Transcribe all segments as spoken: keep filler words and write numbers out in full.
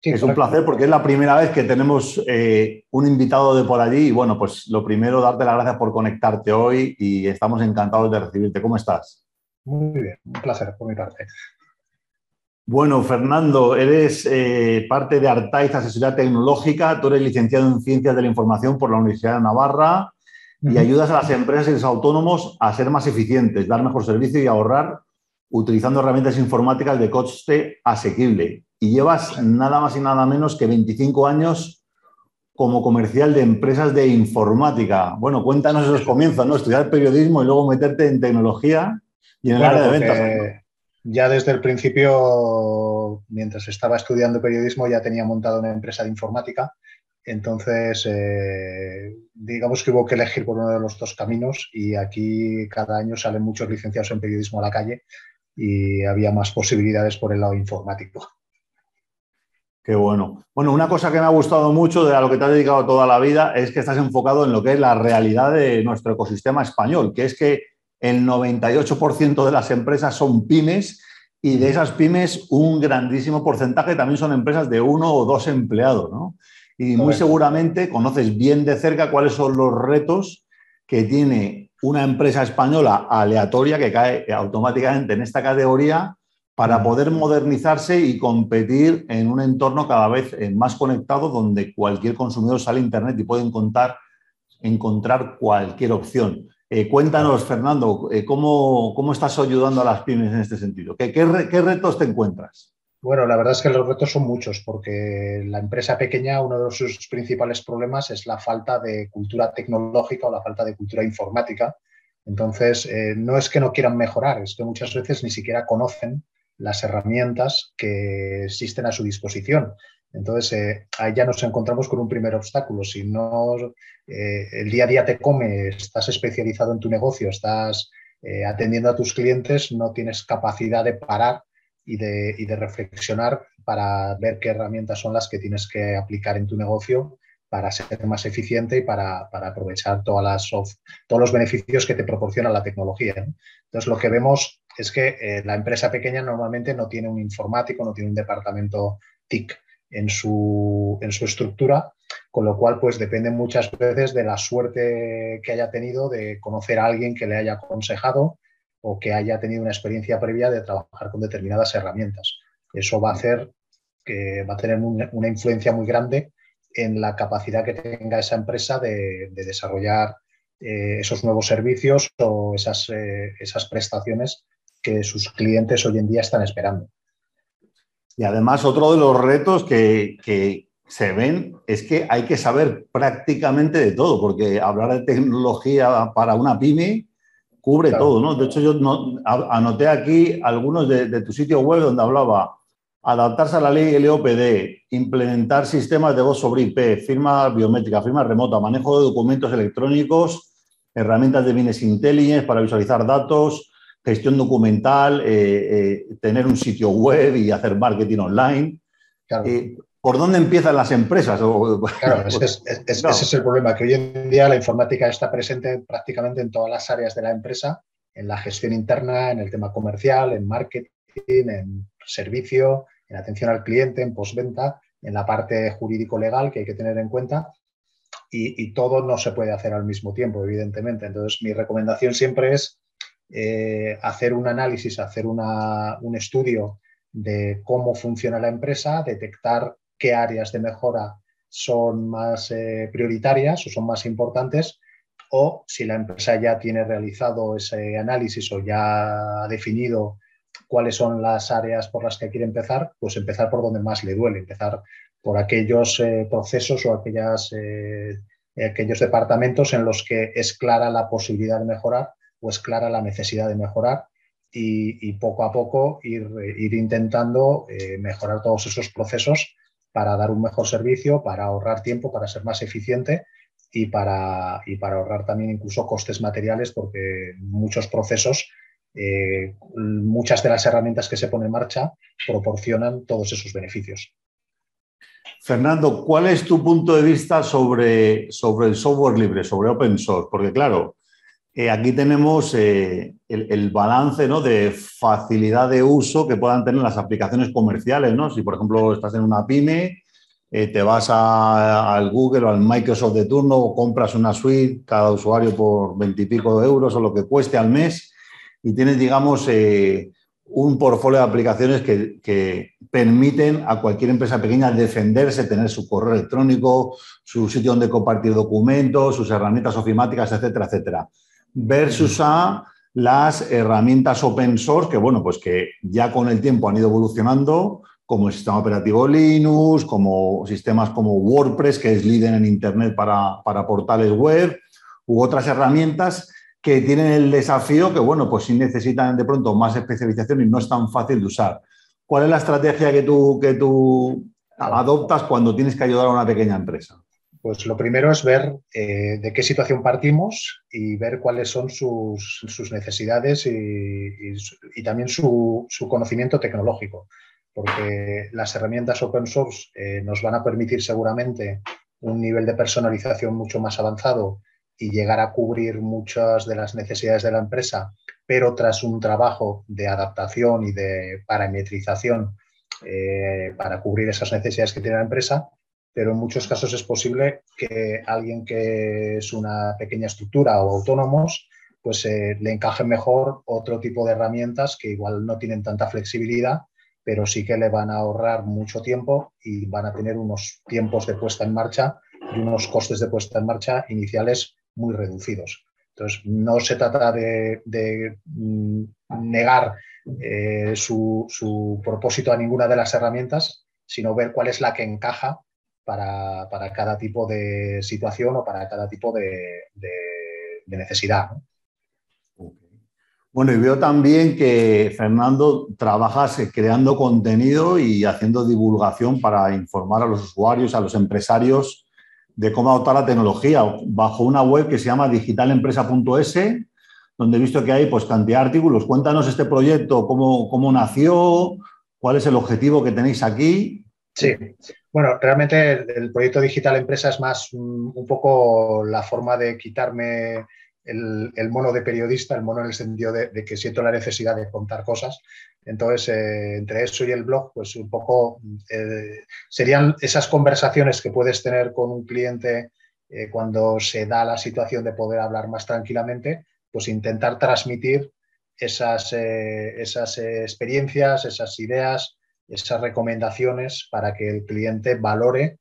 Sí, Es un correcto. placer porque es la primera vez que tenemos eh, un invitado de por allí y bueno, pues lo primero, darte las gracias por conectarte hoy y estamos encantados de recibirte. ¿Cómo estás? Muy bien, un placer por mi parte. Bueno, Fernando, eres eh, parte de Artaiz Asesoría Tecnológica, tú eres licenciado en Ciencias de la Información por la Universidad de Navarra y Ujú. ayudas a las empresas y los autónomos a ser más eficientes, dar mejor servicio y ahorrar utilizando herramientas informáticas de coste asequible. Y llevas Sí. nada más y nada menos que veinticinco años como comercial de empresas de informática. Bueno, cuéntanos esos Eso. comienzos, ¿no? Estudiar periodismo y luego meterte en tecnología y en el Bueno, área de ventas. porque ya desde el principio, mientras estaba estudiando periodismo, ya tenía montada una empresa de informática. Entonces, eh, digamos que hubo que elegir por uno de los dos caminos y aquí cada año salen muchos licenciados en periodismo a la calle y había más posibilidades por el lado informático. Qué bueno. Bueno, una cosa que me ha gustado mucho de a lo que te has dedicado toda la vida es que estás enfocado en lo que es la realidad de nuestro ecosistema español, que es que el noventa y ocho por ciento de las empresas son pymes y de Ujú. esas pymes un grandísimo porcentaje también son empresas de uno o dos empleados, ¿no? Y muy Correcto. seguramente conoces bien de cerca cuáles son los retos que tiene una empresa española aleatoria que cae automáticamente en esta categoría para Ujú. poder modernizarse y competir en un entorno cada vez más conectado donde cualquier consumidor sale a Internet y puede encontrar, encontrar cualquier opción. Eh, cuéntanos, Correcto. Fernando, eh, ¿cómo, ¿cómo estás ayudando a las pymes en este sentido? ¿Qué, qué, re, qué retos te encuentras? Bueno, la verdad es que los retos son muchos, porque la empresa pequeña, uno de sus principales problemas es la falta de cultura tecnológica o la falta de cultura informática. Entonces, eh, no es que no quieran mejorar, es que muchas veces ni siquiera conocen las herramientas que existen a su disposición. Entonces, eh, ahí ya nos encontramos con un primer obstáculo. Si no, eh, el día a día te come, estás especializado en tu negocio, estás eh, atendiendo a tus clientes, no tienes capacidad de parar y de, y de reflexionar para ver qué herramientas son las que tienes que aplicar en tu negocio para ser más eficiente y para, para aprovechar todas las soft, todos los beneficios que te proporciona la tecnología, ¿no? Entonces, lo que vemos es que eh, la empresa pequeña normalmente no tiene un informático, no tiene un departamento T I C en su, en su estructura, con lo cual pues depende muchas veces de la suerte que haya tenido de conocer a alguien que le haya aconsejado o que haya tenido una experiencia previa de trabajar con determinadas herramientas. Eso va a hacer que va a tener una, una influencia muy grande en la capacidad que tenga esa empresa de, de desarrollar eh, esos nuevos servicios o esas, eh, esas prestaciones que sus clientes hoy en día están esperando. Y además, otro de los retos que, que se ven es que hay que saber prácticamente de todo, porque hablar de tecnología para una pyme cubre Claro. todo, ¿no? De hecho, yo no, anoté aquí algunos de, de tu sitio web donde hablaba adaptarse a la ley L O P D, implementar sistemas de voz sobre I P, firma biométrica, firma remota, manejo de documentos electrónicos, herramientas de business intelligence para visualizar datos, gestión documental, eh, eh, tener un sitio web y hacer marketing online. Claro. Eh, ¿Por dónde empiezan las empresas? Claro, ese es, es, ese es el problema, que hoy en día la informática está presente prácticamente en todas las áreas de la empresa, en la gestión interna, en el tema comercial, en marketing, en servicio, en atención al cliente, en postventa, en la parte jurídico-legal que hay que tener en cuenta y, y todo no se puede hacer al mismo tiempo, evidentemente. Entonces, mi recomendación siempre es eh, hacer un análisis, hacer una, un estudio de cómo funciona la empresa, detectar qué áreas de mejora son más eh, prioritarias o son más importantes, o si la empresa ya tiene realizado ese análisis o ya ha definido cuáles son las áreas por las que quiere empezar, pues empezar por donde más le duele, empezar por aquellos eh, procesos o aquellas, eh, aquellos departamentos en los que es clara la posibilidad de mejorar o es clara la necesidad de mejorar y, y poco a poco ir, ir intentando eh, mejorar todos esos procesos para dar un mejor servicio, para ahorrar tiempo, para ser más eficiente y para, y para ahorrar también incluso costes materiales, porque muchos procesos, eh, muchas de las herramientas que se ponen en marcha proporcionan todos esos beneficios. Fernando, ¿cuál es tu punto de vista sobre, sobre el software libre, sobre open source? Porque claro, eh, aquí tenemos eh, el, el balance, ¿no?, de facilidad de uso que puedan tener las aplicaciones comerciales, ¿no? Si, por ejemplo, estás en una pyme, eh, te vas a, al Google o al Microsoft de turno o compras una suite, cada usuario por veintipico de euros o lo que cueste al mes, y tienes, digamos, eh, un portfolio de aplicaciones que, que permiten a cualquier empresa pequeña defenderse, tener su correo electrónico, su sitio donde compartir documentos, sus herramientas ofimáticas, etcétera, etcétera. Versus a las herramientas open source que, bueno, pues que ya con el tiempo han ido evolucionando, como el sistema operativo Linux, como sistemas como WordPress, que es líder en Internet para, para portales web, u otras herramientas que tienen el desafío que, bueno, pues sí necesitan de pronto más especialización y no es tan fácil de usar. ¿Cuál es la estrategia que tú, que tú adoptas cuando tienes que ayudar a una pequeña empresa? Pues lo primero es ver eh, de qué situación partimos y ver cuáles son sus, sus necesidades y, y, y también su, su conocimiento tecnológico, porque las herramientas open source eh, nos van a permitir seguramente un nivel de personalización mucho más avanzado y llegar a cubrir muchas de las necesidades de la empresa, pero tras un trabajo de adaptación y de parametrización eh, para cubrir esas necesidades que tiene la empresa. Pero en muchos casos es posible que alguien que es una pequeña estructura o autónomos, pues eh, le encaje mejor otro tipo de herramientas que igual no tienen tanta flexibilidad, pero sí que le van a ahorrar mucho tiempo y van a tener unos tiempos de puesta en marcha y unos costes de puesta en marcha iniciales muy reducidos. Entonces, no se trata de, de mm, negar eh, su, su propósito a ninguna de las herramientas, sino ver cuál es la que encaja Para, para cada tipo de situación o para cada tipo de, de, de necesidad, ¿no? Bueno, y veo también que, Fernando, trabajas creando contenido y haciendo divulgación para informar a los usuarios, a los empresarios, de cómo adoptar la tecnología bajo una web que se llama digital empresa punto es, donde he visto que hay pues cantidad de artículos. Cuéntanos este proyecto, cómo, cómo nació, cuál es el objetivo que tenéis aquí. Sí, bueno, realmente el, el proyecto Digital Empresa es más un, un poco la forma de quitarme el, el mono de periodista, el mono en el sentido de, de que siento la necesidad de contar cosas. Entonces, eh, entre eso y el blog, pues un poco eh, serían esas conversaciones que puedes tener con un cliente eh, cuando se da la situación de poder hablar más tranquilamente, pues intentar transmitir esas, eh, esas eh, experiencias, esas ideas, esas recomendaciones para que el cliente valore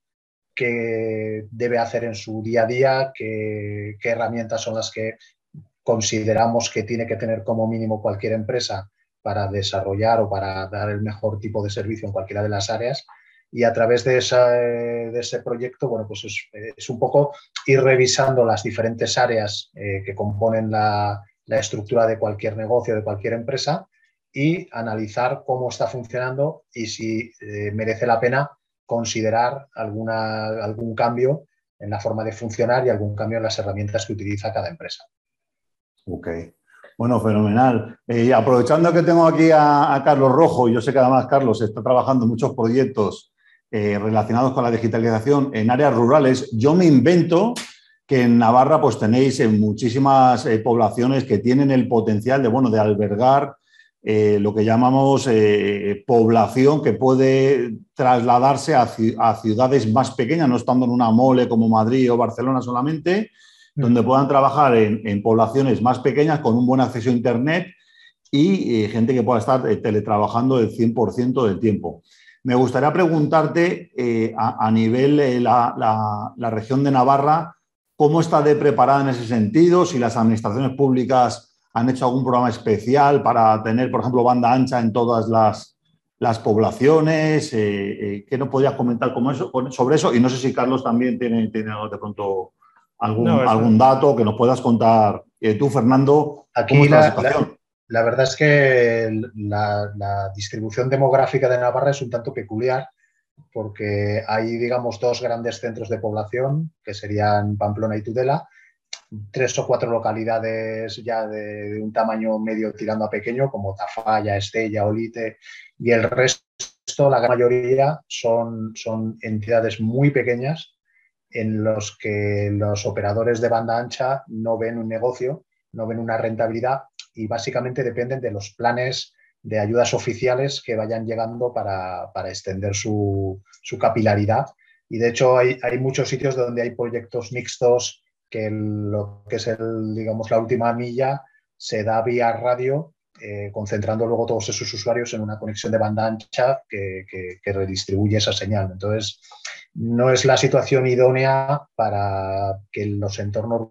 qué debe hacer en su día a día, qué, qué herramientas son las que consideramos que tiene que tener como mínimo cualquier empresa para desarrollar o para dar el mejor tipo de servicio en cualquiera de las áreas. Y a través de, esa, de ese proyecto, bueno, pues es, es, un poco ir revisando las diferentes áreas eh, que componen la, la estructura de cualquier negocio, de cualquier empresa, y analizar cómo está funcionando y si eh, merece la pena considerar alguna, algún cambio en la forma de funcionar y algún cambio en las herramientas que utiliza cada empresa. Ok. Bueno, fenomenal. Eh, aprovechando que tengo aquí a, a Carlos Rojo, yo sé que además Carlos está trabajando en muchos proyectos eh, relacionados con la digitalización en áreas rurales, yo me invento que en Navarra pues tenéis en muchísimas eh, poblaciones que tienen el potencial de, bueno, de albergar eh, lo que llamamos eh, población que puede trasladarse a, a ciudades más pequeñas, no estando en una mole como Madrid o Barcelona solamente, donde puedan trabajar en, en poblaciones más pequeñas con un buen acceso a Internet y eh, gente que pueda estar eh, teletrabajando el cien por ciento del tiempo. Me gustaría preguntarte eh, a, a nivel de eh, la, la, la región de Navarra, ¿cómo está de preparada en ese sentido? Si las administraciones públicas han hecho algún programa especial para tener, por ejemplo, banda ancha en todas las, las poblaciones. Eh, eh, ¿Qué nos podrías comentar como eso, sobre eso? Y no sé si Carlos también tiene, tiene de pronto algún, no, algún dato que nos puedas contar. Eh, tú, Fernando, ¿cómo Aquí está la, la situación? La, la verdad es que la, la distribución demográfica de Navarra es un tanto peculiar porque hay, digamos, dos grandes centros de población, que serían Pamplona y Tudela, tres o cuatro localidades ya de, de un tamaño medio tirando a pequeño, como Tafalla, Estella, Olite, y el resto, la gran mayoría, son, son entidades muy pequeñas en los que los operadores de banda ancha no ven un negocio no ven una rentabilidad y básicamente dependen de los planes de ayudas oficiales que vayan llegando para, para extender su, su capilaridad. Y de hecho hay, hay muchos sitios donde hay proyectos mixtos que el, lo que es el, digamos, la última milla se da vía radio, eh, concentrando luego todos esos usuarios en una conexión de banda ancha que, que, que redistribuye esa señal. Entonces, no es la situación idónea para que los entornos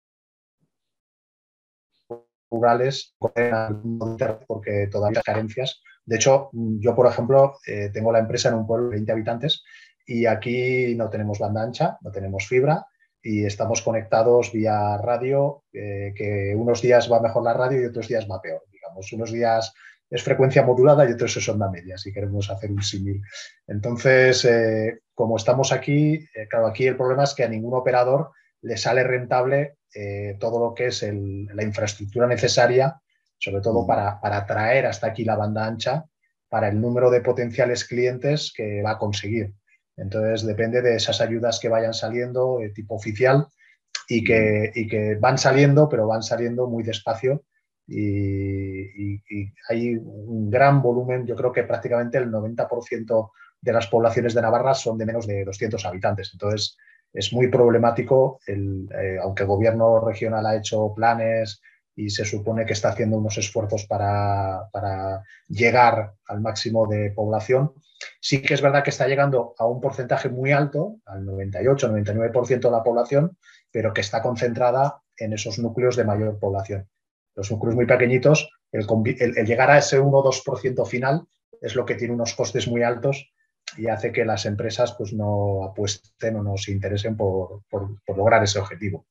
rurales porque todavía hay carencias. De hecho, yo, por ejemplo, eh, tengo la empresa en un pueblo de veinte habitantes y aquí no tenemos banda ancha, no tenemos fibra y estamos conectados vía radio, eh, que unos días va mejor la radio y otros días va peor. Digamos, unos días es frecuencia modulada y otros es onda media, si queremos hacer un símil. Entonces, eh, como estamos aquí, eh, claro, aquí el problema es que a ningún operador le sale rentable eh, todo lo que es el, la infraestructura necesaria, sobre todo para, para traer hasta aquí la banda ancha, para el número de potenciales clientes que va a conseguir. Entonces, depende de esas ayudas que vayan saliendo de tipo oficial y que, y que van saliendo, pero van saliendo muy despacio y, y, y hay un gran volumen. Yo creo que prácticamente el noventa por ciento de las poblaciones de Navarra son de menos de doscientos habitantes. Entonces, es muy problemático, el, eh, aunque el gobierno regional ha hecho planes y se supone que está haciendo unos esfuerzos para, para llegar al máximo de población, sí que es verdad que está llegando a un porcentaje muy alto, al noventa y ocho, noventa y nueve por ciento de la población, pero que está concentrada en esos núcleos de mayor población. Los núcleos muy pequeñitos, el, el, el llegar a ese uno o dos por ciento final es lo que tiene unos costes muy altos y hace que las empresas pues, no apuesten o no se interesen por, por, por lograr ese objetivo.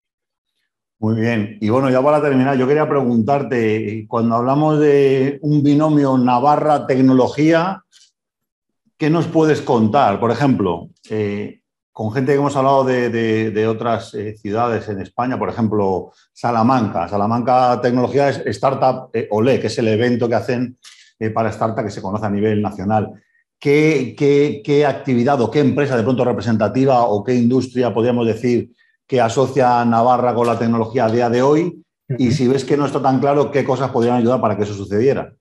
Muy bien. Y bueno, ya para terminar, yo quería preguntarte, cuando hablamos de un binomio Navarra-tecnología, ¿qué nos puedes contar? Por ejemplo, eh, con gente que hemos hablado de, de, de otras eh, ciudades en España, por ejemplo, Salamanca. Salamanca Tecnología es Startup eh, Olé, que es el evento que hacen eh, para startup que se conoce a nivel nacional. ¿Qué, qué, qué actividad o qué empresa de pronto representativa o qué industria podríamos decir que asocia a Navarra con la tecnología a día de hoy? Uh-huh. Y si ves que no está tan claro, ¿qué cosas podrían ayudar para que eso sucediera?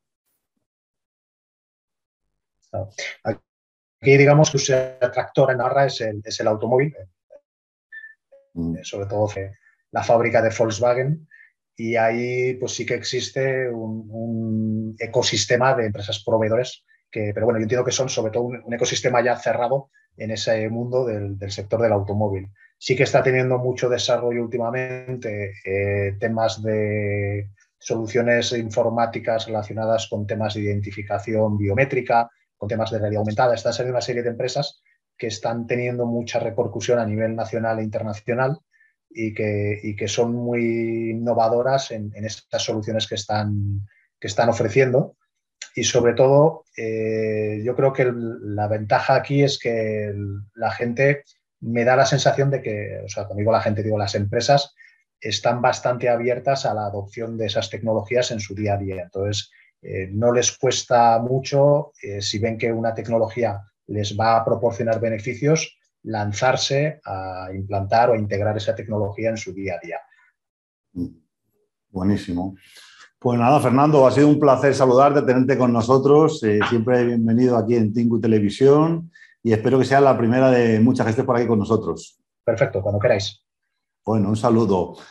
Aquí, digamos que el tractor en Navarra es el, es el automóvil, uh-huh. sobre todo la fábrica de Volkswagen, y ahí pues sí que existe un, un ecosistema de empresas proveedores. Que, pero bueno, yo entiendo que son sobre todo un, un ecosistema ya cerrado en ese mundo del, del sector del automóvil. Sí que está teniendo mucho desarrollo últimamente eh, temas de soluciones informáticas relacionadas con temas de identificación biométrica, con temas de realidad aumentada. Está saliendo una serie de empresas que están teniendo mucha repercusión a nivel nacional e internacional y que, y que son muy innovadoras en, en estas soluciones que están, que están ofreciendo. Y sobre todo, eh, yo creo que el, la ventaja aquí es que el, la gente me da la sensación de que, o sea, cuando digo la gente, digo las empresas, están bastante abiertas a la adopción de esas tecnologías en su día a día. Entonces, eh, no les cuesta mucho, eh, si ven que una tecnología les va a proporcionar beneficios, lanzarse a implantar o a integrar esa tecnología en su día a día. Buenísimo. Pues nada, Fernando, ha sido un placer saludarte, tenerte con nosotros. Eh, siempre bienvenido aquí en Tinku Televisión y espero que sea la primera de muchas que estés por aquí con nosotros. Perfecto, cuando queráis. Bueno, un saludo.